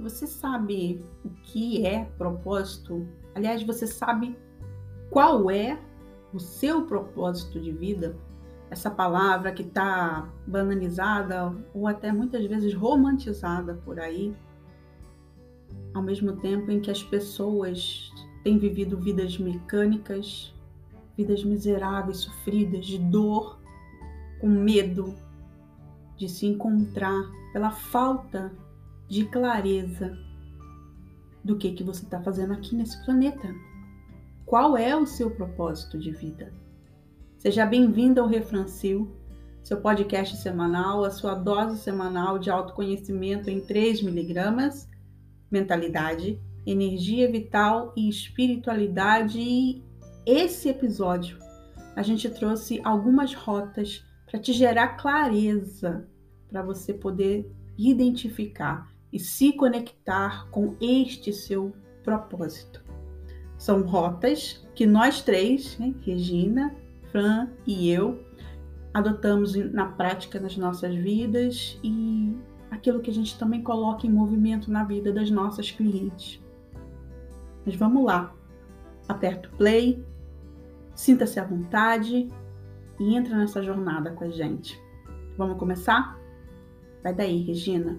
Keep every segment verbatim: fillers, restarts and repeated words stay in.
Você sabe o que é propósito? Aliás, você sabe qual é o seu propósito de vida? Essa palavra que está banalizada ou até muitas vezes romantizada por aí, ao mesmo tempo em que as pessoas têm vivido vidas mecânicas, vidas miseráveis, sofridas, de dor, com medo de se encontrar pela falta de clareza do que, que você está fazendo aqui nesse planeta. Qual é o seu propósito de vida? Seja bem-vindo ao Refrancil, seu podcast semanal, a sua dose semanal de autoconhecimento em três miligramas, mentalidade, energia vital e espiritualidade. E esse episódio a gente trouxe algumas rotas para te gerar clareza, para você poder identificar e se conectar com este seu propósito. São rotas que nós três, né, Regina, Fran e eu, adotamos na prática nas nossas vidas e aquilo que a gente também coloca em movimento na vida das nossas clientes. Mas vamos lá, aperta o play, sinta-se à vontade e entra nessa jornada com a gente. Vamos começar? Vai daí, Regina.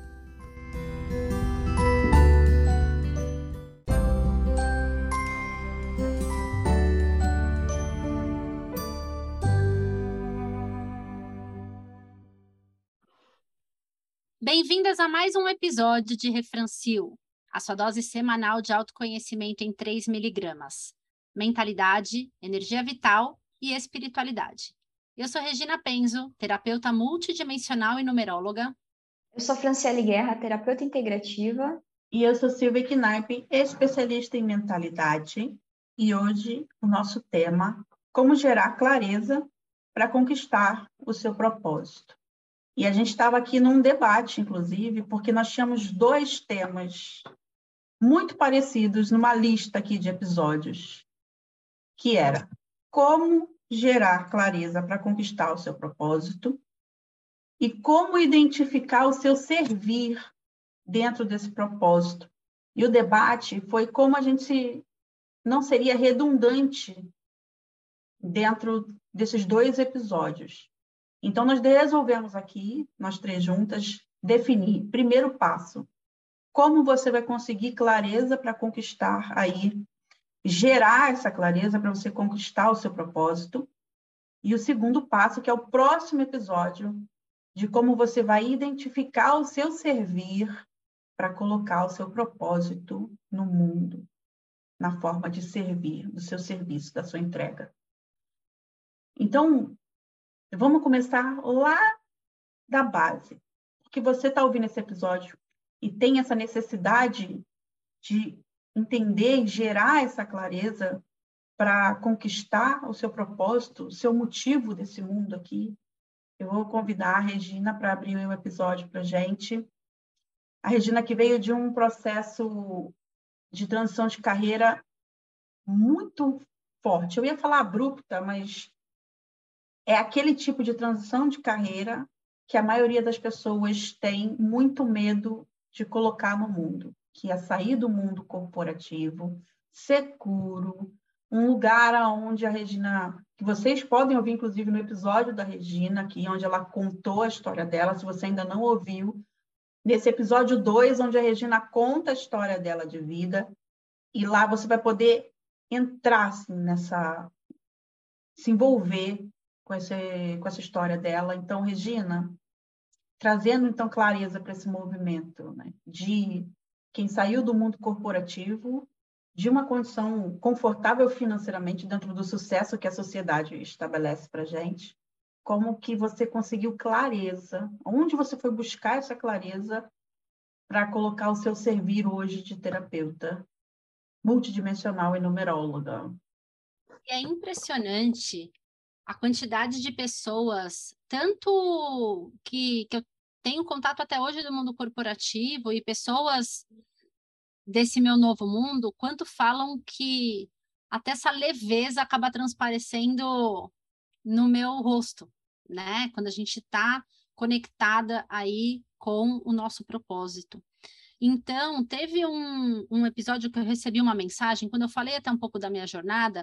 Bem-vindas a mais um episódio de Refrancil, a sua dose semanal de autoconhecimento em três miligramas. Mentalidade, energia vital e espiritualidade. Eu sou Regina Penzo, terapeuta multidimensional e numeróloga. Eu sou Franciele Guerra, terapeuta integrativa. E eu sou Silvia Knaip, especialista em mentalidade. E hoje o nosso tema, como gerar clareza para conquistar o seu propósito. E a gente estava aqui num debate, inclusive, porque nós tínhamos dois temas muito parecidos numa lista aqui de episódios, que era como gerar clareza para conquistar o seu propósito e como identificar o seu servir dentro desse propósito. E o debate foi como a gente não seria redundante dentro desses dois episódios. Então, nós resolvemos aqui, nós três juntas, definir, primeiro passo, como você vai conseguir clareza para conquistar aí, gerar essa clareza para você conquistar o seu propósito. E o segundo passo, que é o próximo episódio, de como você vai identificar o seu servir para colocar o seu propósito no mundo, na forma de servir, do seu serviço, da sua entrega. Então, vamos começar lá da base, porque você está ouvindo esse episódio e tem essa necessidade de entender e gerar essa clareza para conquistar o seu propósito, o seu motivo desse mundo aqui. Eu vou convidar a Regina para abrir o episódio para a gente. A Regina que veio de um processo de transição de carreira muito forte. Eu ia falar abrupta, mas é aquele tipo de transição de carreira que a maioria das pessoas tem muito medo de colocar no mundo, que é sair do mundo corporativo, seguro, um lugar onde a Regina, que vocês podem ouvir, inclusive, no episódio da Regina, aqui, onde ela contou a história dela, se você ainda não ouviu, nesse episódio dois, onde a Regina conta a história dela de vida, e lá você vai poder entrar assim, nessa... se envolver com, esse, com essa história dela. Então, Regina, trazendo, então, clareza para esse movimento, né, de quem saiu do mundo corporativo, de uma condição confortável financeiramente dentro do sucesso que a sociedade estabelece para a gente, como que você conseguiu clareza, onde você foi buscar essa clareza para colocar o seu servir hoje de terapeuta multidimensional e numeróloga. É impressionante a quantidade de pessoas, tanto que, que eu tenho contato até hoje do mundo corporativo e pessoas desse meu novo mundo, quanto falam que até essa leveza acaba transparecendo no meu rosto, né? Quando a gente está conectada aí com o nosso propósito. Então, teve um, um episódio que eu recebi uma mensagem, quando eu falei até um pouco da minha jornada,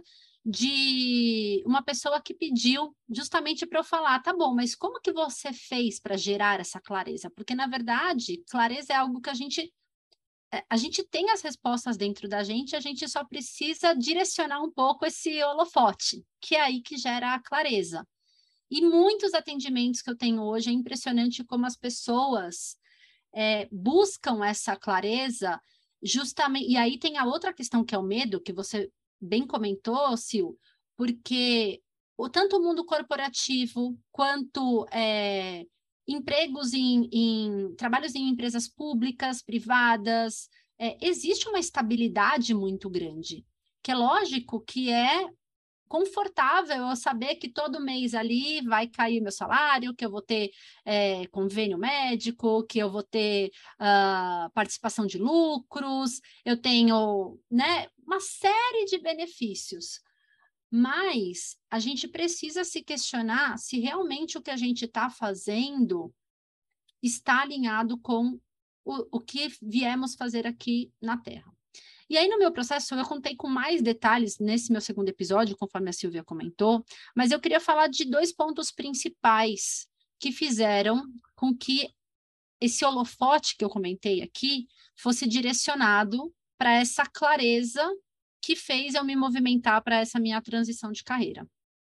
de uma pessoa que pediu justamente para eu falar, tá bom, mas como que você fez para gerar essa clareza? Porque, na verdade, clareza é algo que a gente... A gente tem as respostas dentro da gente, a gente só precisa direcionar um pouco esse holofote, que é aí que gera a clareza. E muitos atendimentos que eu tenho hoje, é impressionante como as pessoas é, buscam essa clareza justamente... E aí tem a outra questão, que é o medo, que você bem comentou, Sil, porque o, tanto o mundo corporativo quanto... É, empregos em, em trabalhos em empresas públicas, privadas, é, existe uma estabilidade muito grande, que é lógico que é confortável eu saber que todo mês ali vai cair meu salário, que eu vou ter é, convênio médico, que eu vou ter uh, participação de lucros, eu tenho, né, uma série de benefícios. Mas a gente precisa se questionar se realmente o que a gente está fazendo está alinhado com o, o que viemos fazer aqui na Terra. E aí, no meu processo, eu contei com mais detalhes nesse meu segundo episódio, conforme a Silvia comentou, mas eu queria falar de dois pontos principais que fizeram com que esse holofote que eu comentei aqui fosse direcionado para essa clareza que fez eu me movimentar para essa minha transição de carreira.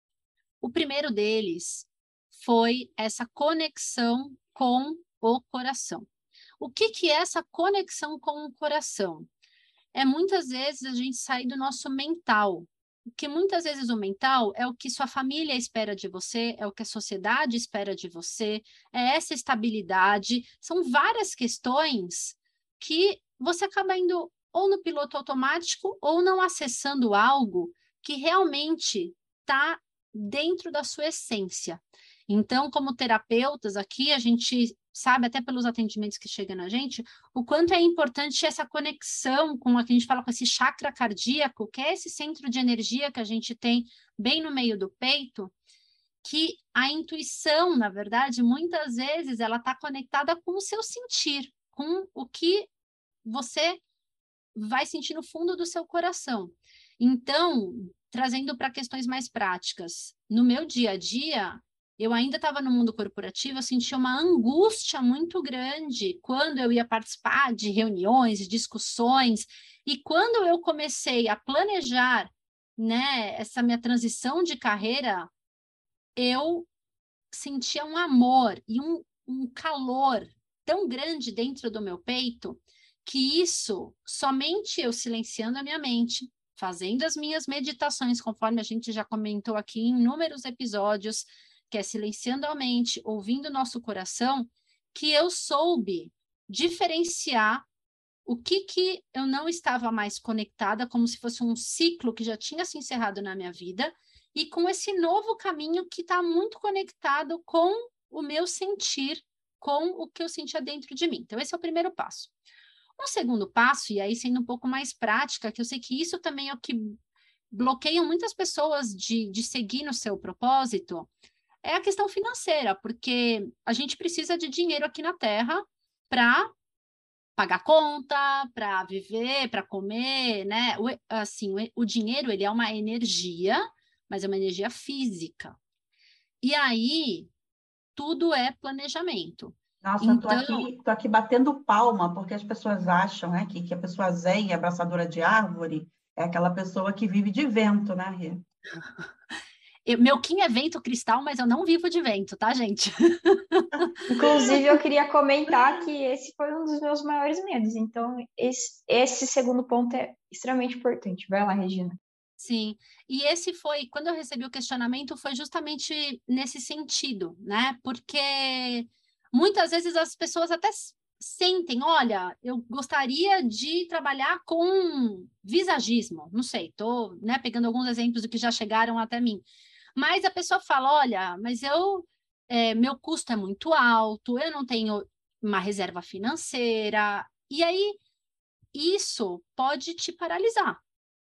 O primeiro deles foi essa conexão com o coração. O que, que é essa conexão com o coração? É muitas vezes a gente sair do nosso mental, porque muitas vezes o mental é o que sua família espera de você, é o que a sociedade espera de você, é essa estabilidade, são várias questões que você acaba indo ou no piloto automático ou não acessando algo que realmente está dentro da sua essência. Então, como terapeutas aqui, a gente sabe, até pelos atendimentos que chegam na gente, o quanto é importante essa conexão com a que a gente fala com esse chakra cardíaco, que é esse centro de energia que a gente tem bem no meio do peito, que a intuição, na verdade, muitas vezes ela está conectada com o seu sentir, com o que você vai sentir no fundo do seu coração. Então, trazendo para questões mais práticas, no meu dia a dia, eu ainda estava no mundo corporativo, eu sentia uma angústia muito grande quando eu ia participar de reuniões, discussões, e quando eu comecei a planejar, né, essa minha transição de carreira, eu sentia um amor e um, um calor tão grande dentro do meu peito, que isso, somente eu silenciando a minha mente, fazendo as minhas meditações, conforme a gente já comentou aqui em inúmeros episódios, que é silenciando a mente, ouvindo o nosso coração, que eu soube diferenciar o que, que eu não estava mais conectada, como se fosse um ciclo que já tinha se encerrado na minha vida, e com esse novo caminho que está muito conectado com o meu sentir, com o que eu sentia dentro de mim. Então, esse é o primeiro passo. Um segundo passo, e aí sendo um pouco mais prática, que eu sei que isso também é o que bloqueia muitas pessoas de, de seguir no seu propósito, é a questão financeira, porque a gente precisa de dinheiro aqui na Terra para pagar conta, para viver, para comer, né? O, assim, o, o dinheiro, ele é uma energia, mas é uma energia física. E aí, tudo é planejamento. Nossa, então, eu tô aqui, tô aqui batendo palma, porque as pessoas acham, né, que, que a pessoa zen, abraçadora de árvore, é aquela pessoa que vive de vento, né, Rê? Eu, meu Kim é vento cristal, mas eu não vivo de vento, tá, gente? Inclusive, eu queria comentar que esse foi um dos meus maiores medos. Então, esse, esse segundo ponto é extremamente importante. Vai lá, Regina. Sim, e esse foi, quando eu recebi o questionamento, foi justamente nesse sentido, né? Porque muitas vezes as pessoas até sentem, olha, eu gostaria de trabalhar com visagismo, não sei, tô, né, pegando alguns exemplos do que já chegaram até mim. Mas a pessoa fala, olha, mas eu, é, meu custo é muito alto, eu não tenho uma reserva financeira, e aí isso pode te paralisar.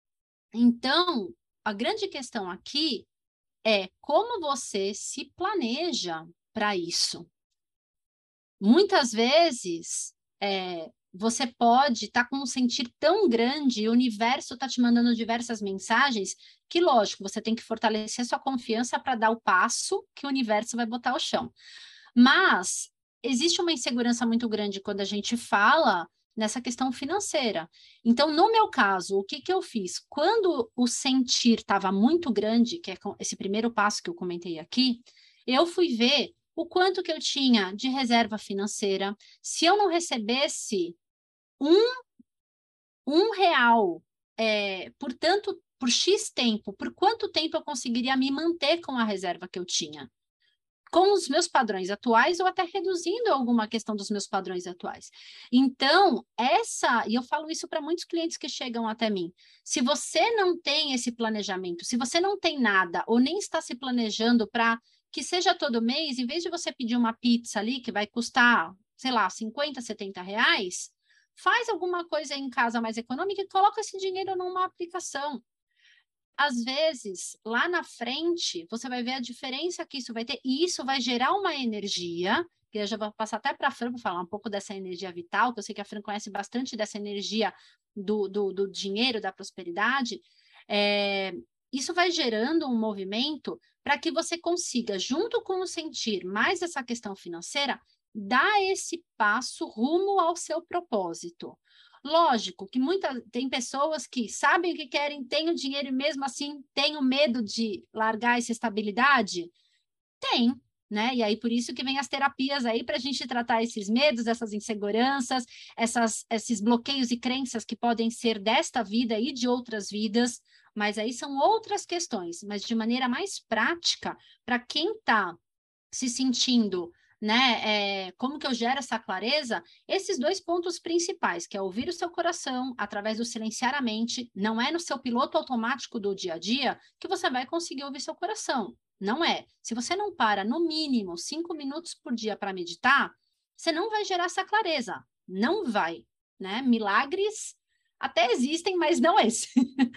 Então, a grande questão aqui é como você se planeja para isso. Muitas vezes, é, você pode estar tá com um sentir tão grande e o universo está te mandando diversas mensagens que, lógico, você tem que fortalecer sua confiança para dar o passo que o universo vai botar ao chão. Mas existe uma insegurança muito grande quando a gente fala nessa questão financeira. Então, no meu caso, o que, que eu fiz? Quando o sentir estava muito grande, que é esse primeiro passo que eu comentei aqui, eu fui ver o quanto que eu tinha de reserva financeira. Se eu não recebesse um, um real é, por tanto, por X tempo, por quanto tempo eu conseguiria me manter com a reserva que eu tinha? Com os meus padrões atuais ou até reduzindo alguma questão dos meus padrões atuais. Então, essa, e eu falo isso para muitos clientes que chegam até mim, se você não tem esse planejamento, se você não tem nada ou nem está se planejando para que seja todo mês, em vez de você pedir uma pizza ali que vai custar, sei lá, cinquenta, setenta reais, faz alguma coisa em casa mais econômica e coloca esse dinheiro numa aplicação. Às vezes, lá na frente, você vai ver a diferença que isso vai ter, e isso vai gerar uma energia, que eu já vou passar até para a Fran para falar um pouco dessa energia vital, que eu sei que a Fran conhece bastante dessa energia do, do, do dinheiro, da prosperidade. É, isso vai gerando um movimento para que você consiga, junto com o sentir mais essa questão financeira, dar esse passo rumo ao seu propósito. Lógico que muita, tem pessoas que sabem o que querem, têm o dinheiro e mesmo assim têm o medo de largar essa estabilidade? Tem, né? E aí por isso que vem as terapias aí para a gente tratar esses medos, essas inseguranças, essas, esses bloqueios e crenças que podem ser desta vida e de outras vidas, mas aí são outras questões, mas de maneira mais prática, para quem está se sentindo, né, é, como que eu gero essa clareza, esses dois pontos principais, que é ouvir o seu coração, através do silenciar a mente, não é no seu piloto automático do dia a dia que você vai conseguir ouvir seu coração, não é. Se você não para, no mínimo, cinco minutos por dia para meditar, você não vai gerar essa clareza, não vai, né, milagres até existem, mas não esse.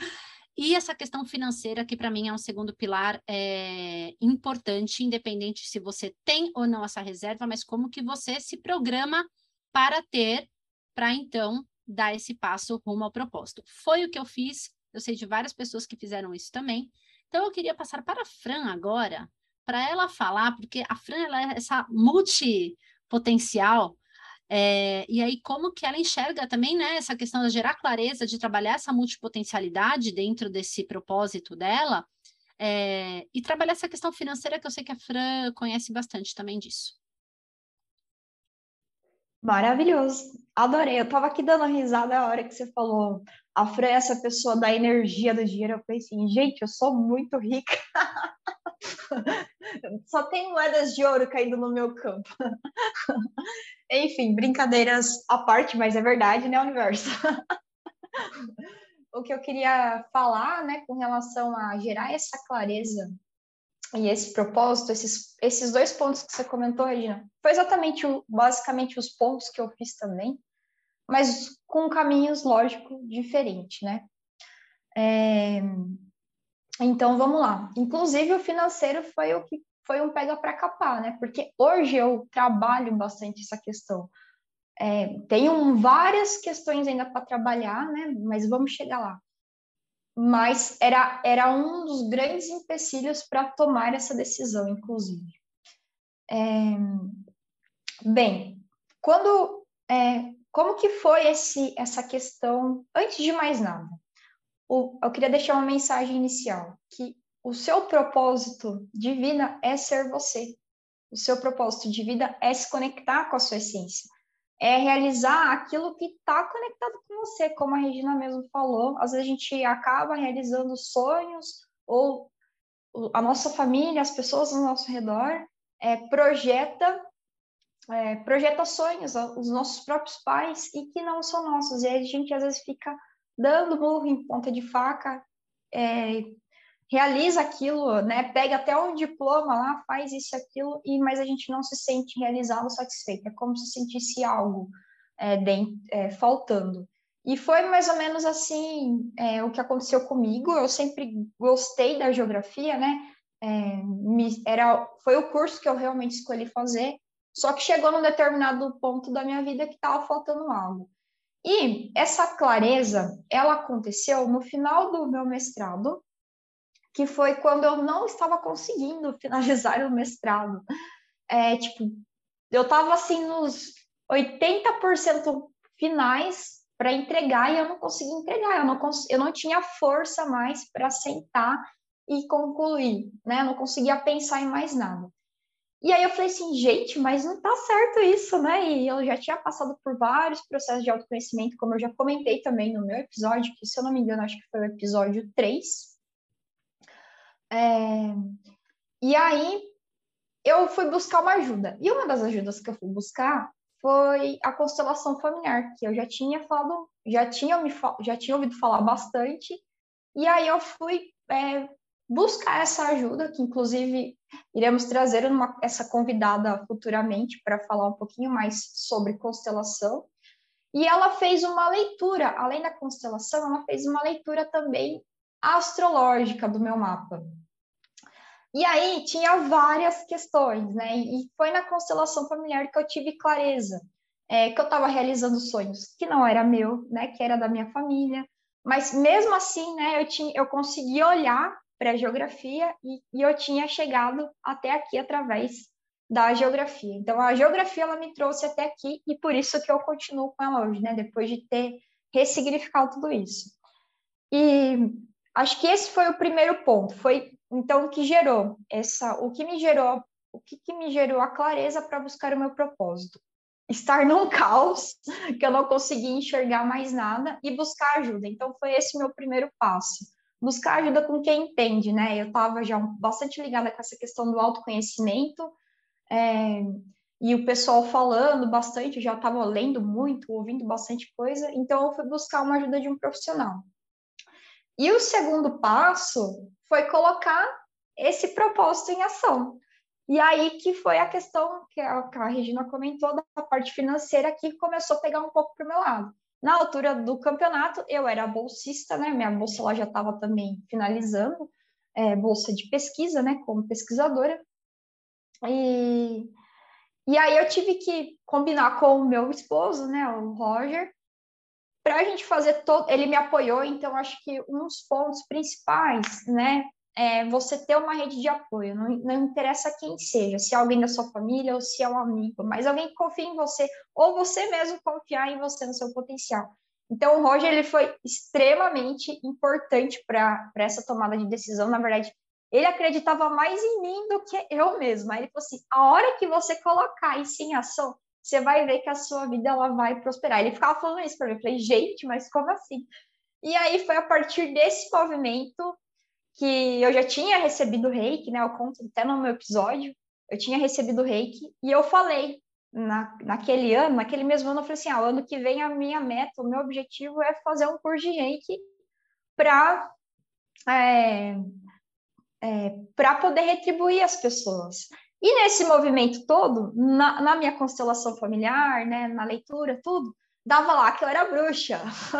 E essa questão financeira, que para mim é um segundo pilar é, importante, independente se você tem ou não essa reserva, mas como que você se programa para ter, para então dar esse passo rumo ao propósito. Foi o que eu fiz, eu sei de várias pessoas que fizeram isso também. Então eu queria passar para a Fran agora, para ela falar, porque a Fran ela é essa multipotencial. É, e aí, como que ela enxerga também, né, essa questão de gerar clareza, de trabalhar essa multipotencialidade dentro desse propósito dela, é, e trabalhar essa questão financeira, que eu sei que a Fran conhece bastante também disso. Maravilhoso, adorei. Eu tava aqui dando risada a hora que você falou, a Fran é essa pessoa da energia do dinheiro. Eu pensei assim, gente, eu sou muito rica. Só tem moedas de ouro caindo no meu campo. Enfim, brincadeiras à parte, mas é verdade, né, universo? O que eu queria falar, né, com relação a gerar essa clareza e esse propósito, esses, esses dois pontos que você comentou, Regina, foi exatamente, o, basicamente, os pontos que eu fiz também, mas com caminhos, lógico, diferentes, né? É... Então, vamos lá. Inclusive, o financeiro foi o que foi um pega para capar, né? Porque hoje eu trabalho bastante essa questão. É, tenho várias questões ainda para trabalhar, né? Mas vamos chegar lá. Mas era, era um dos grandes empecilhos para tomar essa decisão, inclusive. É, bem, quando, é, como que foi esse, essa questão? Antes de mais nada, o, eu queria deixar uma mensagem inicial, que o seu propósito de vida é ser você. O seu propósito de vida é se conectar com a sua essência. É realizar aquilo que está conectado com você, como a Regina mesmo falou. Às vezes a gente acaba realizando sonhos, ou a nossa família, as pessoas ao nosso redor, é, projeta, é, projeta sonhos, os nossos próprios pais, e que não são nossos. E aí a gente às vezes fica dando murro em ponta de faca, é, realiza aquilo, né? Pega até um diploma lá, faz isso e aquilo, e, mas a gente não se sente realizado, satisfeito. É como se sentisse algo é, dentro, é, faltando. E foi mais ou menos assim é, o que aconteceu comigo. Eu sempre gostei da geografia, né? É, me, era, foi o curso que eu realmente escolhi fazer, só que chegou num determinado ponto da minha vida que estava faltando algo. E essa clareza, ela aconteceu no final do meu mestrado, que foi quando eu não estava conseguindo finalizar o mestrado. É, tipo, eu estava assim nos oitenta por cento finais para entregar e eu não conseguia entregar, eu não, cons eu não tinha força mais para sentar e concluir, né? Eu não conseguia pensar em mais nada. E aí eu falei assim, gente, mas não tá certo isso, né? E eu já tinha passado por vários processos de autoconhecimento, como eu já comentei também no meu episódio, que se eu não me engano, acho que foi o episódio três. É... E aí eu fui buscar uma ajuda. E uma das ajudas que eu fui buscar foi a constelação familiar, que eu já tinha falado, já tinha, me, já tinha ouvido falar bastante. E aí eu fui é, buscar essa ajuda, que inclusive iremos trazer uma, essa convidada futuramente para falar um pouquinho mais sobre constelação. E ela fez uma leitura, além da constelação, ela fez uma leitura também astrológica do meu mapa. E aí tinha várias questões, né? E foi na constelação familiar que eu tive clareza, é, que eu estava realizando sonhos que não era meu, né? Que era da minha família. Mas mesmo assim, né? Eu tinha, eu consegui olhar para a geografia e, e eu tinha chegado até aqui através da geografia. Então a geografia ela me trouxe até aqui e por isso que eu continuo com ela hoje, né? Depois de ter ressignificado tudo isso. E acho que esse foi o primeiro ponto, foi então o que gerou essa, o que me gerou, o que, que me gerou a clareza para buscar o meu propósito. Estar num caos, que eu não conseguia enxergar mais nada, e buscar ajuda. Então foi esse meu primeiro passo. Buscar ajuda com quem entende, né? Eu estava já bastante ligada com essa questão do autoconhecimento, é, e o pessoal falando bastante, eu já estava lendo muito, ouvindo bastante coisa, então eu fui buscar uma ajuda de um profissional. E o segundo passo foi colocar esse propósito em ação. E aí que foi a questão que a, que a Regina comentou da parte financeira que começou a pegar um pouco para o meu lado. Na altura do campeonato, eu era bolsista, né? Minha bolsa lá já estava também finalizando, é, bolsa de pesquisa, né? Como pesquisadora. E, e aí eu tive que combinar com o meu esposo, né? O Roger, para a gente fazer todo, ele me apoiou, então acho que um dos pontos principais, né, é você ter uma rede de apoio, não, não interessa quem seja, se é alguém da sua família ou se é um amigo, mas alguém que confia em você, ou você mesmo confiar em você, no seu potencial. Então o Roger, ele foi extremamente importante para essa tomada de decisão, na verdade, ele acreditava mais em mim do que eu mesma, ele falou assim, a hora que você colocar isso em ação, você vai ver que a sua vida ela vai prosperar. Ele ficava falando isso para mim. Eu falei, gente, mas como assim? E aí foi a partir desse movimento que eu já tinha recebido reiki, né? Eu conto até no meu episódio. Eu tinha recebido reiki e eu falei na, naquele ano, naquele mesmo ano, eu falei assim, ah, o ano que vem a minha meta, o meu objetivo é fazer um curso de reiki para é, é, para poder retribuir as pessoas. E nesse movimento todo, na, na minha constelação familiar, né, na leitura, tudo, dava lá que eu era bruxa.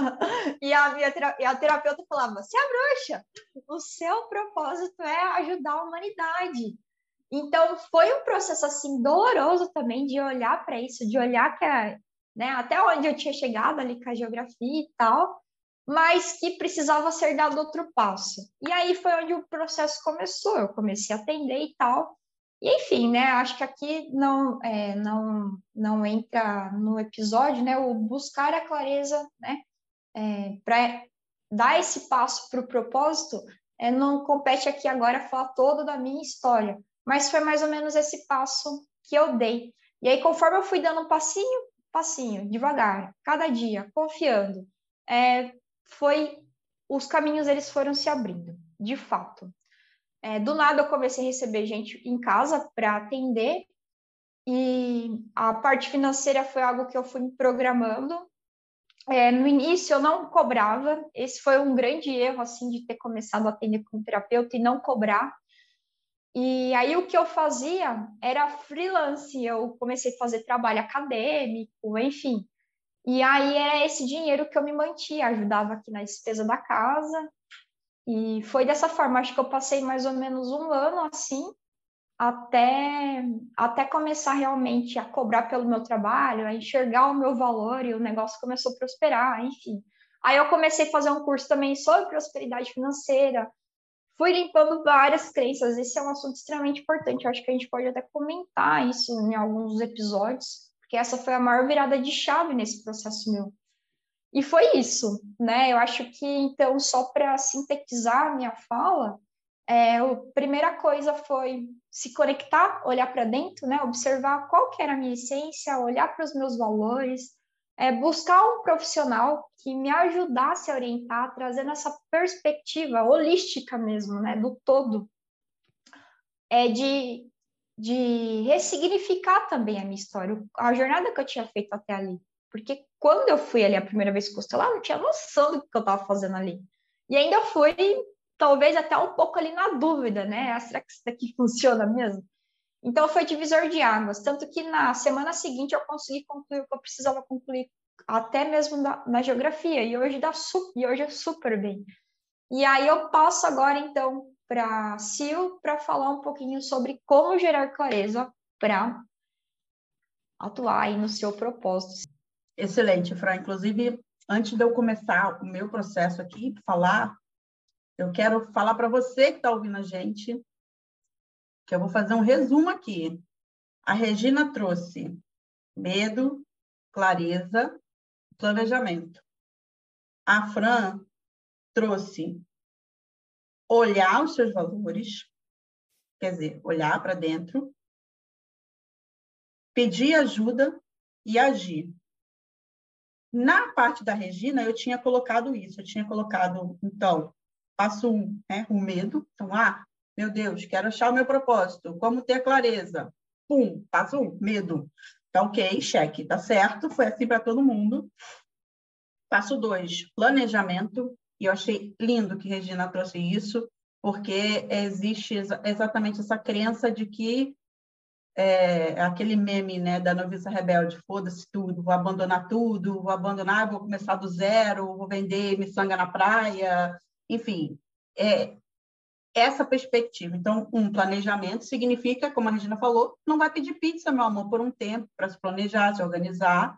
E a, minha, e a terapeuta falava, você é bruxa, o seu propósito é ajudar a humanidade. Então, foi um processo, assim, doloroso também de olhar para isso, de olhar que, a, né, até onde eu tinha chegado ali com a geografia e tal, mas que precisava ser dado outro passo. E aí foi onde o processo começou, eu comecei a atender e tal, e enfim, né, acho que aqui não, é, não, não entra no episódio, né, o buscar a clareza, né, é, para dar esse passo para o propósito, é, não compete aqui agora falar todo da minha história, mas foi mais ou menos esse passo que eu dei. E aí, conforme eu fui dando um passinho, passinho, devagar, cada dia, confiando, é, foi, os caminhos eles foram se abrindo, de fato. É, do nada eu comecei a receber gente em casa para atender e a parte financeira foi algo que eu fui me programando. É, no início eu não cobrava, esse foi um grande erro assim de ter começado a atender como terapeuta e não cobrar. E aí o que eu fazia era freelance, eu comecei a fazer trabalho acadêmico, enfim. E aí era esse dinheiro que eu me mantia, ajudava aqui na despesa da casa. E foi dessa forma, acho que eu passei mais ou menos um ano assim, até, até começar realmente a cobrar pelo meu trabalho, a enxergar o meu valor e o negócio começou a prosperar, enfim. Aí eu comecei a fazer um curso também sobre prosperidade financeira, fui limpando várias crenças, esse é um assunto extremamente importante, eu acho que a gente pode até comentar isso em alguns episódios, porque essa foi a maior virada de chave nesse processo meu. E foi isso, né? Eu acho que, então, só para sintetizar a minha fala, é, a primeira coisa foi se conectar, olhar para dentro, né? Observar qual que era a minha essência, olhar para os meus valores, é, buscar um profissional que me ajudasse a orientar, trazendo essa perspectiva holística mesmo, né? Do todo, é de, de ressignificar também a minha história, a jornada que eu tinha feito até ali. Porque quando eu fui ali a primeira vez costelar, eu não tinha noção do que eu estava fazendo ali. E ainda fui, talvez, até um pouco ali na dúvida, né? Ah, será que isso daqui funciona mesmo? Então, foi divisor de águas. Tanto que na semana seguinte eu consegui concluir o que eu precisava concluir, até mesmo na, na geografia. E hoje, dá su- e hoje é super bem. E aí eu passo agora, então, para a Sil, para falar um pouquinho sobre como gerar clareza para atuar aí no seu propósito. Excelente, Fran. Inclusive, antes de eu começar o meu processo aqui, falar, eu quero falar para você que está ouvindo a gente, que eu vou fazer um resumo aqui. A Regina trouxe medo, clareza, planejamento. A Fran trouxe olhar os seus valores, quer dizer, olhar para dentro, pedir ajuda e agir. Na parte da Regina, eu tinha colocado isso, eu tinha colocado, então, passo um, né, o medo. Então, ah, meu Deus, quero achar o meu propósito, como ter clareza? Pum, passo um, medo. Tá ok, cheque, tá certo, foi assim para todo mundo. Passo dois, planejamento, e eu achei lindo que Regina trouxe isso, porque existe exa- exatamente essa crença de que é, aquele meme, né, da noviça rebelde, foda-se tudo, vou abandonar tudo, vou abandonar, vou começar do zero, vou vender miçanga na praia, enfim, é, essa perspectiva. Então, um planejamento significa, como a Regina falou, não vai pedir pizza, meu amor, por um tempo, para se planejar, se organizar,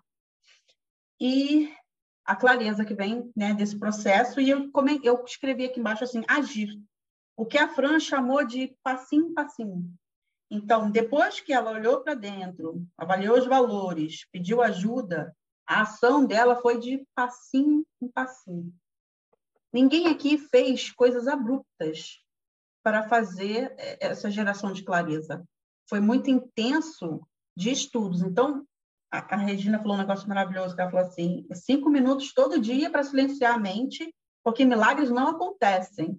e a clareza que vem, né, desse processo, e eu, como eu escrevi aqui embaixo assim, agir, o que a Fran chamou de passinho em passinho. Então, depois que ela olhou para dentro, avaliou os valores, pediu ajuda, a ação dela foi de passinho em passinho. Ninguém aqui fez coisas abruptas para fazer essa geração de clareza. Foi muito intenso de estudos. Então, a, a Regina falou um negócio maravilhoso, que ela falou assim, cinco minutos todo dia para silenciar a mente, porque milagres não acontecem.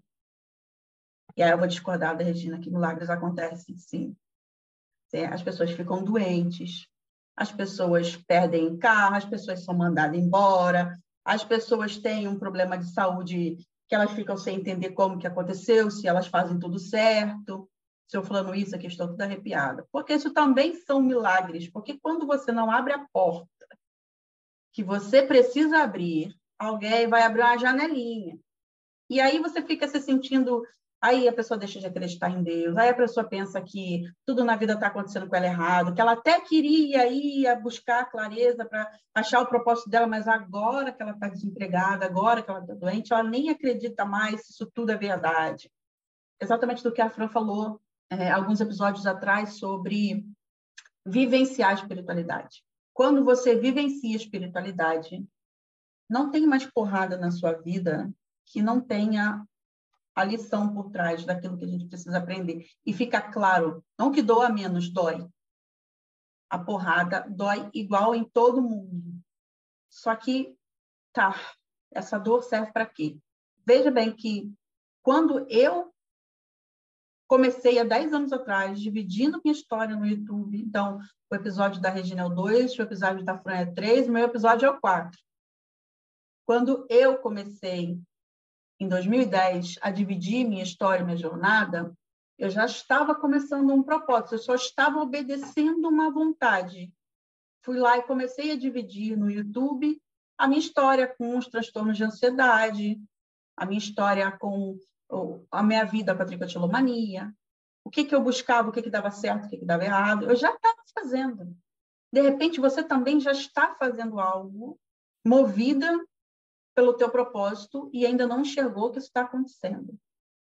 E aí eu vou discordar da Regina que milagres acontecem, sim. As pessoas ficam doentes, as pessoas perdem carro, as pessoas são mandadas embora, as pessoas têm um problema de saúde que elas ficam sem entender como que aconteceu, se elas fazem tudo certo. Se eu falando isso aqui, estou toda arrepiada. Porque isso também são milagres, porque quando você não abre a porta que você precisa abrir, alguém vai abrir uma janelinha. E aí você fica se sentindo... Aí a pessoa deixa de acreditar em Deus, aí a pessoa pensa que tudo na vida está acontecendo com ela errado, que ela até queria ir buscar clareza para achar o propósito dela, mas agora que ela está desempregada, agora que ela está doente, ela nem acredita mais se isso tudo é verdade. Exatamente do que a Fran falou é, alguns episódios atrás sobre vivenciar a espiritualidade. Quando você vivencia a espiritualidade, não tem mais porrada na sua vida que não tenha a lição por trás daquilo que a gente precisa aprender. E fica claro, não que doa menos, dói. A porrada dói igual em todo mundo. Só que, tá, essa dor serve para quê? Veja bem que quando eu comecei há dez anos atrás, dividindo minha história no YouTube, então, o episódio da Regina é o dois, o episódio da Fran é três, o meu episódio é o quatro. Quando eu comecei em dois mil e dez, a dividir minha história, minha jornada, eu já estava começando um propósito, eu só estava obedecendo uma vontade. Fui lá e comecei a dividir no YouTube a minha história com os transtornos de ansiedade, a minha história com a minha vida com a tricotilomania, o que, que eu buscava, o que, que dava certo, o que, que dava errado. Eu já estava fazendo. De repente, você também já está fazendo algo movida pelo teu propósito e ainda não enxergou que isso está acontecendo.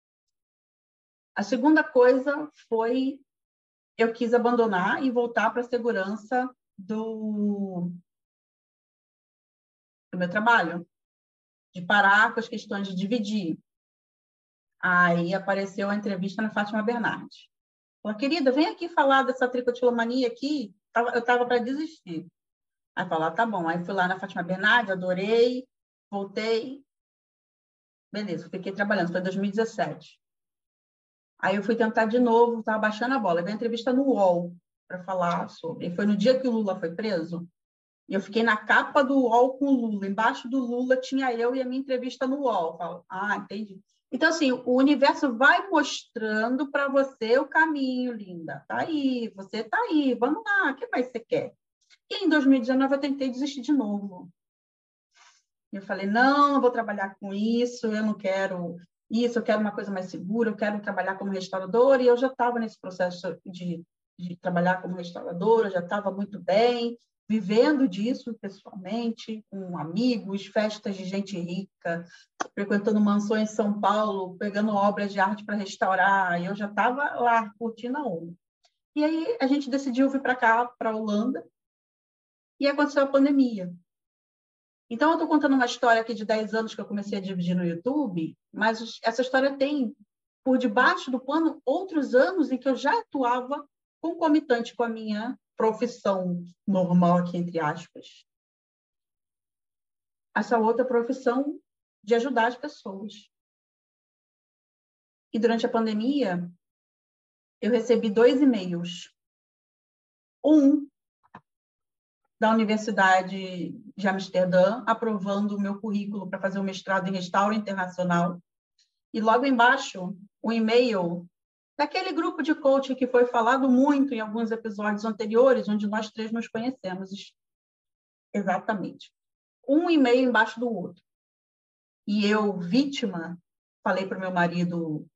A segunda coisa foi, eu quis abandonar e voltar para a segurança do, do meu trabalho, de parar com as questões de dividir. Aí apareceu a entrevista na Fátima Bernardes. Falou, querida, vem aqui falar dessa tricotilomania aqui. Eu estava para desistir. Aí falou, tá bom. Aí fui lá na Fátima Bernardes, adorei, voltei. Beleza, fiquei trabalhando, foi em dois mil e dezessete. Aí eu fui tentar de novo, estava baixando a bola. Veio a entrevista no U O L para falar sobre. E foi no dia que o Lula foi preso. E eu fiquei na capa do U O L com o Lula. Embaixo do Lula tinha eu e a minha entrevista no U O L. Falo, ah, entendi. Então, assim, o universo vai mostrando para você o caminho, linda. Tá aí, você tá aí, vamos lá, o que mais você quer? E em dois mil e dezenove eu tentei desistir de novo. Eu falei, não, não vou trabalhar com isso, eu não quero isso, eu quero uma coisa mais segura, eu quero trabalhar como restauradora, e eu já estava nesse processo de, de trabalhar como restauradora, já estava muito bem, vivendo disso pessoalmente, com amigos, festas de gente rica, frequentando mansões em São Paulo, pegando obras de arte para restaurar, e eu já estava lá, curtindo a onda. E aí a gente decidiu vir para cá, para a Holanda, e aconteceu a pandemia. Então, eu estou contando uma história aqui de dez anos que eu comecei a dividir no YouTube, mas essa história tem, por debaixo do pano, outros anos em que eu já atuava concomitante com a minha profissão normal, aqui entre aspas. Essa outra profissão de ajudar as pessoas. E durante a pandemia, eu recebi dois e-mails. Um da Universidade de Amsterdã, aprovando o meu currículo para fazer o mestrado em restauro internacional. E logo embaixo, um e-mail daquele grupo de coaching que foi falado muito em alguns episódios anteriores, onde nós três nos conhecemos. Exatamente. Um e-mail embaixo do outro. E eu, vítima, falei para o meu marido,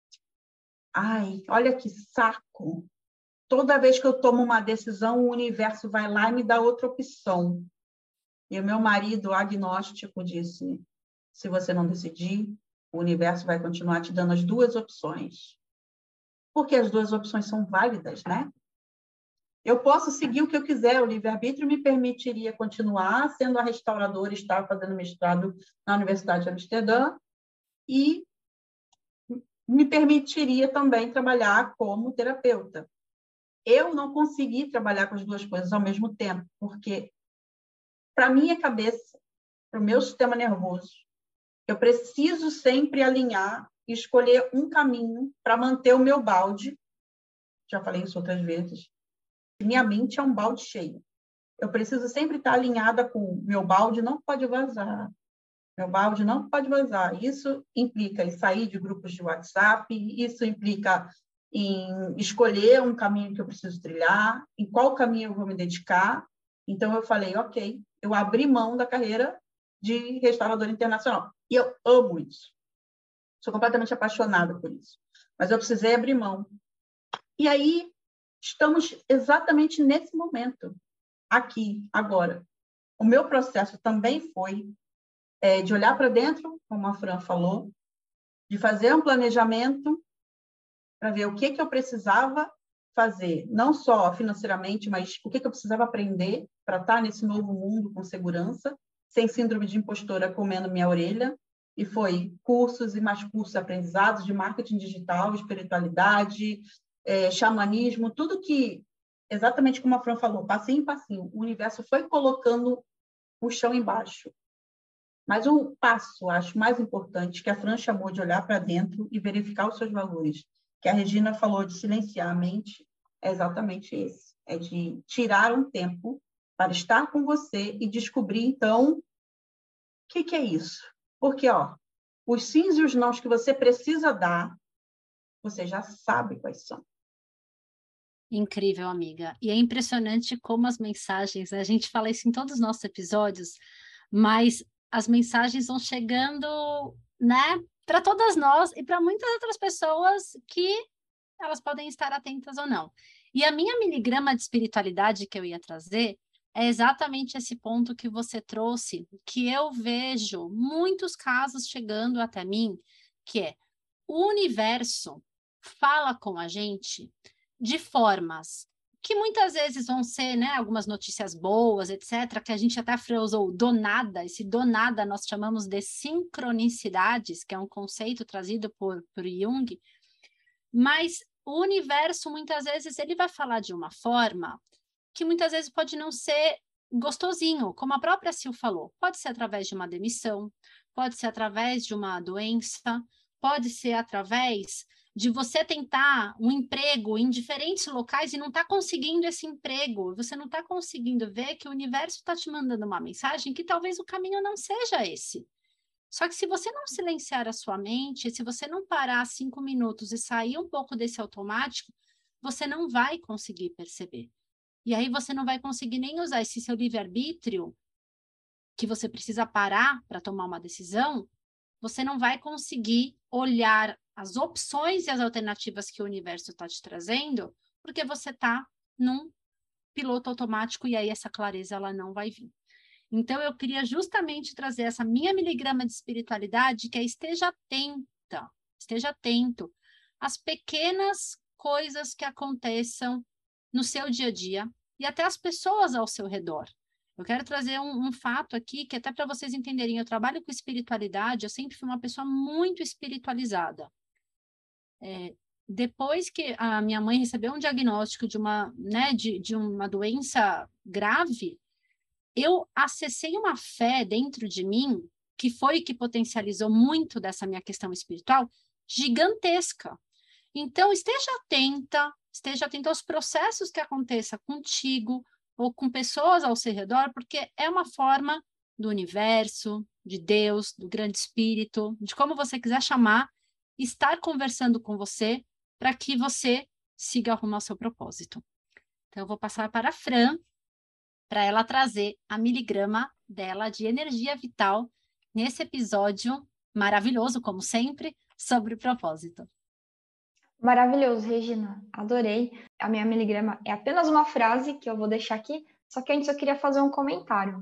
ai, olha que saco. Toda vez que eu tomo uma decisão, o universo vai lá e me dá outra opção. E o meu marido, agnóstico, disse, se você não decidir, o universo vai continuar te dando as duas opções. Porque as duas opções são válidas, né? Eu posso seguir o que eu quiser, o livre-arbítrio me permitiria continuar sendo a restauradora, estar fazendo mestrado na Universidade de Amsterdã e me permitiria também trabalhar como terapeuta. Eu não consegui trabalhar com as duas coisas ao mesmo tempo, porque, para a minha cabeça, para o meu sistema nervoso, eu preciso sempre alinhar e escolher um caminho para manter o meu balde. Já falei isso outras vezes. Minha mente é um balde cheio. Eu preciso sempre estar alinhada com meu balde, não pode vazar. Meu balde não pode vazar. Isso implica em sair de grupos de WhatsApp, isso implica em escolher um caminho que eu preciso trilhar, em qual caminho eu vou me dedicar. Então, eu falei, ok, eu abri mão da carreira de restauradora internacional. E eu amo isso. Sou completamente apaixonada por isso. Mas eu precisei abrir mão. E aí, estamos exatamente nesse momento, aqui, agora. O meu processo também foi é, de olhar para dentro, como a Fran falou, de fazer um planejamento para ver o que, que eu precisava fazer, não só financeiramente, mas o que, que eu precisava aprender para estar nesse novo mundo com segurança, sem síndrome de impostora comendo minha orelha. E foi cursos e mais cursos aprendizados de marketing digital, espiritualidade, é, xamanismo, tudo que, exatamente como a Fran falou, passinho em passinho, o universo foi colocando o chão embaixo. Mas o passo, acho, mais importante, que a Fran chamou de olhar para dentro e verificar os seus valores, que a Regina falou de silenciar a mente, é exatamente esse. É de tirar um tempo para estar com você e descobrir, então, o que, que é isso? Porque, ó, os sims e os nãos que você precisa dar, você já sabe quais são. Incrível, amiga. E é impressionante como as mensagens, a gente fala isso em todos os nossos episódios, mas as mensagens vão chegando, né, para todas nós e para muitas outras pessoas que elas podem estar atentas ou não. E a minha miligrama de espiritualidade que eu ia trazer é exatamente esse ponto que você trouxe, que eu vejo muitos casos chegando até mim, que é o universo fala com a gente de formas que muitas vezes vão ser, né, algumas notícias boas, etcétera, que a gente até usou do nada, esse do nada nós chamamos de sincronicidades, que é um conceito trazido por, por Jung, mas o universo, muitas vezes, ele vai falar de uma forma que muitas vezes pode não ser gostosinho, como a própria Sil falou. Pode ser através de uma demissão, pode ser através de uma doença, pode ser através de você tentar um emprego em diferentes locais e não está conseguindo esse emprego, você não está conseguindo ver que o universo está te mandando uma mensagem que talvez o caminho não seja esse. Só que se você não silenciar a sua mente, se você não parar cinco minutos e sair um pouco desse automático, você não vai conseguir perceber. E aí você não vai conseguir nem usar esse seu livre-arbítrio, que você precisa parar para tomar uma decisão, você não vai conseguir olhar as opções e as alternativas que o universo está te trazendo, porque você está num piloto automático e aí essa clareza ela não vai vir. Então, eu queria justamente trazer essa minha miligrama de espiritualidade, que é esteja atenta, esteja atento às pequenas coisas que aconteçam no seu dia a dia e até as pessoas ao seu redor. Eu quero trazer um, um fato aqui, que até para vocês entenderem, eu trabalho com espiritualidade, eu sempre fui uma pessoa muito espiritualizada. É, depois que a minha mãe recebeu um diagnóstico de uma, né, de, de uma doença grave, eu acessei uma fé dentro de mim, que foi que potencializou muito dessa minha questão espiritual, gigantesca. Então, esteja atenta, esteja atenta aos processos que aconteçam contigo ou com pessoas ao seu redor, porque é uma forma do universo, de Deus, do grande espírito, de como você quiser chamar, estar conversando com você para que você siga rumo ao seu propósito. Então, eu vou passar para a Fran, para ela trazer a miligrama dela de energia vital nesse episódio maravilhoso, como sempre, sobre o propósito. Maravilhoso, Regina. Adorei. A minha miligrama é apenas uma frase que eu vou deixar aqui, só que antes eu queria fazer um comentário.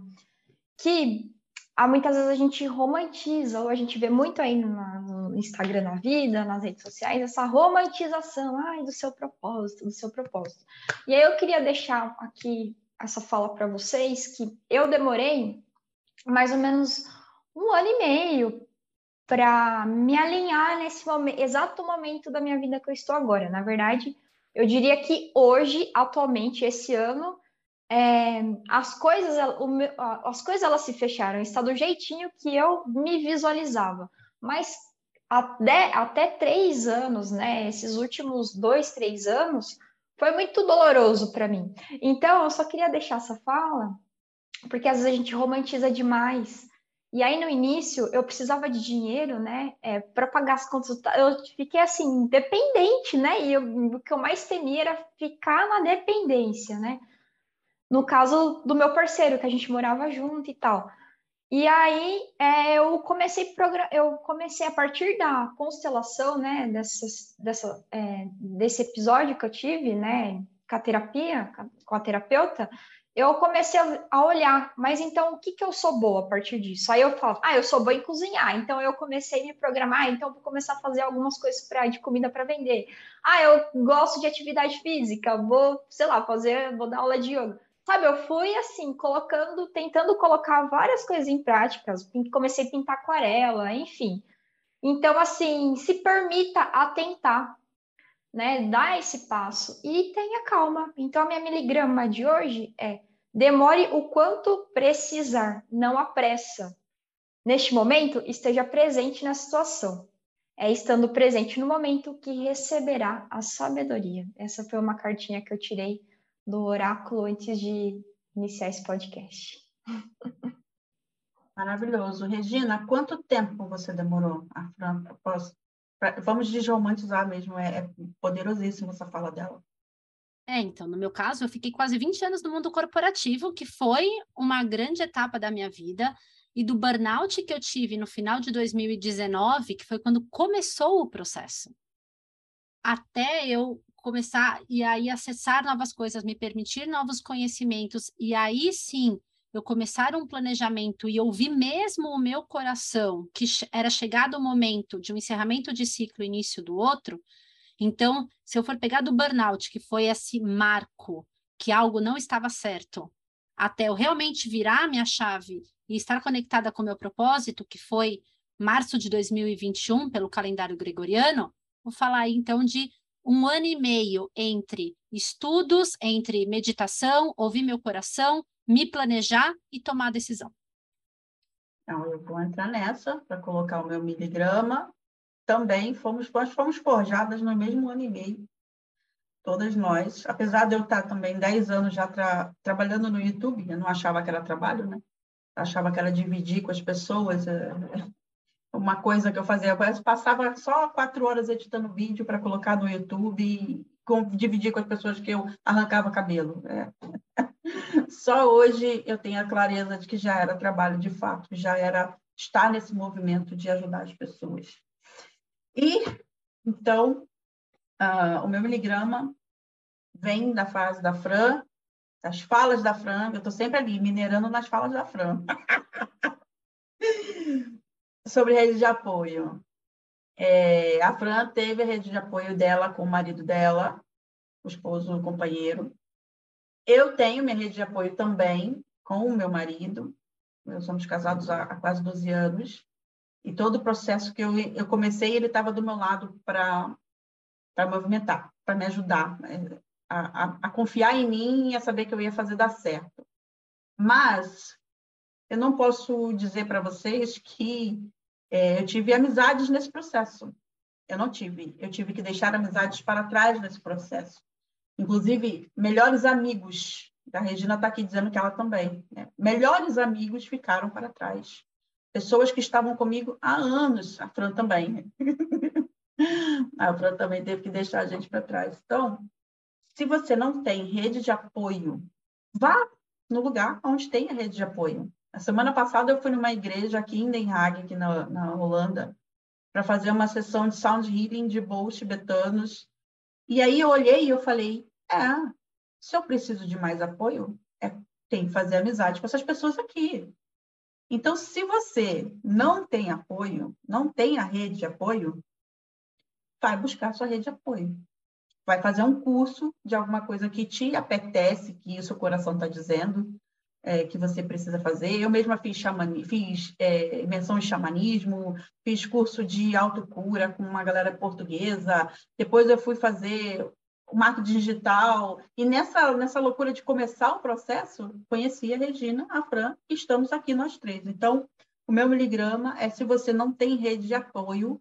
Que há muitas vezes a gente romantiza, ou a gente vê muito aí no, no Instagram, na vida, nas redes sociais, essa romantização, ai, do seu propósito, do seu propósito. E aí eu queria deixar aqui essa fala para vocês, que eu demorei mais ou menos um ano e meio para me alinhar nesse momento, exato momento da minha vida que eu estou agora. Na verdade, eu diria que hoje, atualmente, esse ano, é, as coisas, o meu, as coisas elas se fecharam, está do jeitinho que eu me visualizava. Mas até, até três anos, né? Esses últimos dois, três anos, foi muito doloroso para mim. Então, eu só queria deixar essa fala, porque às vezes a gente romantiza demais. E aí, no início, eu precisava de dinheiro, né, é, para pagar as contas. Eu fiquei, assim, dependente, né? E eu, o que eu mais temia era ficar na dependência, né? No caso do meu parceiro, que a gente morava junto e tal. E aí, é, eu comecei eu comecei a partir da constelação, né, dessas, dessa, é, desse episódio que eu tive, né, com a terapia, com a terapeuta, eu comecei a olhar, mas então o que, que eu sou boa a partir disso? Aí eu falo, ah, eu sou boa em cozinhar, então eu comecei a me programar, então eu vou começar a fazer algumas coisas pra, de comida para vender. Ah, eu gosto de atividade física, vou, sei lá, fazer, vou dar aula de yoga. Sabe, eu fui assim, colocando, tentando colocar várias coisas em práticas, comecei a pintar aquarela, enfim. Então, assim, se permita atentar, né? Dá esse passo e tenha calma. Então, a minha miligrama de hoje é: demore o quanto precisar, não a pressa. Neste momento, esteja presente na situação. É estando presente no momento que receberá a sabedoria. Essa foi uma cartinha que eu tirei do oráculo antes de iniciar esse podcast. Maravilhoso. Regina, quanto tempo você demorou? A Fran, posso... Vamos desromantizar mesmo, é, é poderosíssima essa fala dela. É, então, no meu caso, eu fiquei quase vinte anos no mundo corporativo, que foi uma grande etapa da minha vida, e do burnout que eu tive no final de dois mil e dezenove, que foi quando começou o processo. até eu começar e aí acessar novas coisas, me permitir novos conhecimentos, e aí sim eu começar um planejamento e ouvir mesmo o meu coração, que era chegado o momento de um encerramento de ciclo, início do outro. Então, se eu for pegar do burnout, que foi esse marco, que algo não estava certo, até eu realmente virar a minha chave e estar conectada com o meu propósito, que foi março de dois mil e vinte e um, pelo calendário gregoriano, vou falar aí, então, de um ano e meio entre estudos, entre meditação, ouvir meu coração, me planejar e tomar a decisão. Então, eu vou entrar nessa para colocar o meu miligrama. Também fomos, nós fomos forjadas no mesmo ano e meio. Todas nós. Apesar de eu estar também dez anos já tra trabalhando no YouTube, eu não achava que era trabalho, né? Eu achava que era dividir com as pessoas. É... Uma coisa que eu fazia, eu passava só quatro horas editando vídeo para colocar no YouTube e com, dividir com as pessoas que eu arrancava cabelo. É. Só hoje eu tenho a clareza de que já era trabalho de fato, já era estar nesse movimento de ajudar as pessoas. E, então, uh, o meu miligrama vem da fase da Fran, das falas da Fran, eu estou sempre ali, minerando nas falas da Fran. Sobre rede de apoio. É, a Fran teve a rede de apoio dela com o marido dela, o esposo, o companheiro. Eu tenho minha rede de apoio também com o meu marido. Nós somos casados há, há quase doze anos. E todo o processo que eu, eu comecei, ele estava do meu lado para movimentar, para me ajudar, a, a, a confiar em mim e a saber que eu ia fazer dar certo. Mas eu não posso dizer para vocês que é, eu tive amizades nesse processo. Eu não tive. Eu tive que deixar amizades para trás nesse processo. Inclusive, melhores amigos. A Regina está aqui dizendo que ela também. Né? Melhores amigos ficaram para trás. Pessoas que estavam comigo há anos. A Fran também. A Fran também teve que deixar a gente para trás. Então, se você não tem rede de apoio, vá no lugar onde tem a rede de apoio. A semana passada eu fui numa igreja aqui em Den Haag, aqui na, na Holanda, para fazer uma sessão de sound healing de bolsos tibetanos. E aí eu olhei e eu falei, é, se eu preciso de mais apoio, é, tem que fazer amizade com essas pessoas aqui. Então, se você não tem apoio, não tem a rede de apoio, vai buscar sua rede de apoio. Vai fazer um curso de alguma coisa que te apetece, que o seu coração está dizendo, é, que você precisa fazer. Eu mesma fiz, xamani, fiz é, imersão em xamanismo, fiz curso de autocura com uma galera portuguesa, depois eu fui fazer o marketing digital, e nessa, nessa loucura de começar o processo, conheci a Regina, a Fran, e estamos aqui nós três. Então, o meu miligrama é, se você não tem rede de apoio,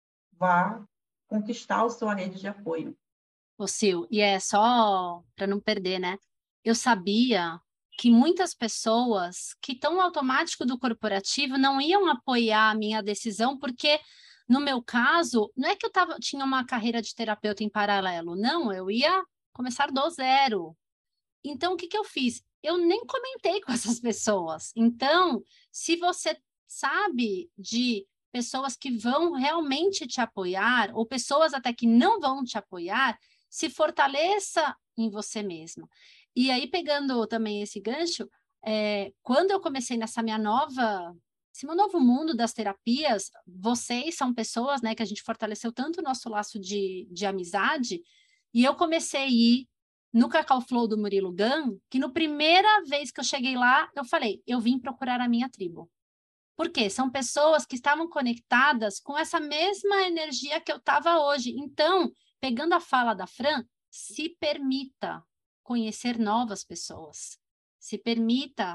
vá conquistar a sua rede de apoio. Ô, Sil, e é só para não perder, né? Eu sabia que muitas pessoas que estão no automático do corporativo não iam apoiar a minha decisão, porque, no meu caso, não é que eu tava, tinha uma carreira de terapeuta em paralelo, não, eu ia começar do zero. Então, o que, que eu fiz? Eu nem comentei com essas pessoas. Então, se você sabe de pessoas que vão realmente te apoiar, ou pessoas até que não vão te apoiar, se fortaleça em você mesmo. E aí, pegando também esse gancho, é, quando eu comecei nessa minha nova, esse meu novo mundo das terapias, vocês são pessoas, né, que a gente fortaleceu tanto o nosso laço de, de amizade, e eu comecei a ir no Cacau Flow do Murilo Gun, que na primeira vez que eu cheguei lá, eu falei, eu vim procurar a minha tribo. Por quê? São pessoas que estavam conectadas com essa mesma energia que eu estava hoje. Então, pegando a fala da Fran, se permita conhecer novas pessoas, se permita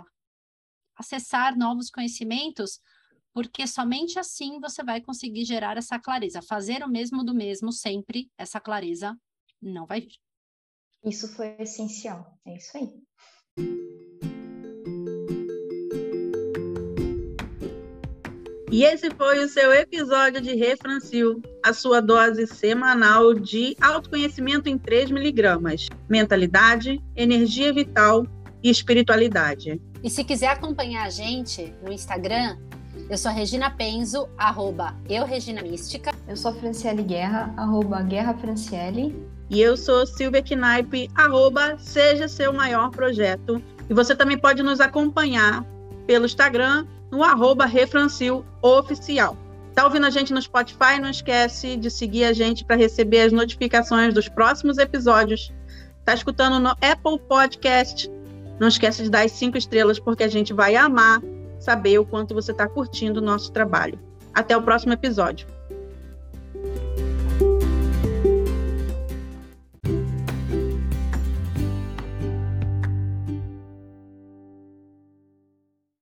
acessar novos conhecimentos, porque somente assim você vai conseguir gerar essa clareza. Fazer o mesmo do mesmo sempre, essa clareza não vai vir. Isso foi essencial, é isso aí. E esse foi o seu episódio de Refrancil, a sua dose semanal de autoconhecimento em três miligramas, mentalidade, energia vital e espiritualidade. E se quiser acompanhar a gente no Instagram, Eu sou a Regina Penzo, arroba eu Regina Mística. Eu sou a Franciele Guerra, arroba Guerra Franciele. E eu sou Silvia Knaip, arroba Seja Seu Maior Projeto. E você também pode nos acompanhar pelo Instagram, no arroba Refrancil Oficial. Tá ouvindo a gente no Spotify? Não esquece de seguir a gente para receber as notificações dos próximos episódios. Tá escutando no Apple Podcast? Não esquece de dar as cinco estrelas, porque a gente vai amar saber o quanto você está curtindo o nosso trabalho. Até o próximo episódio.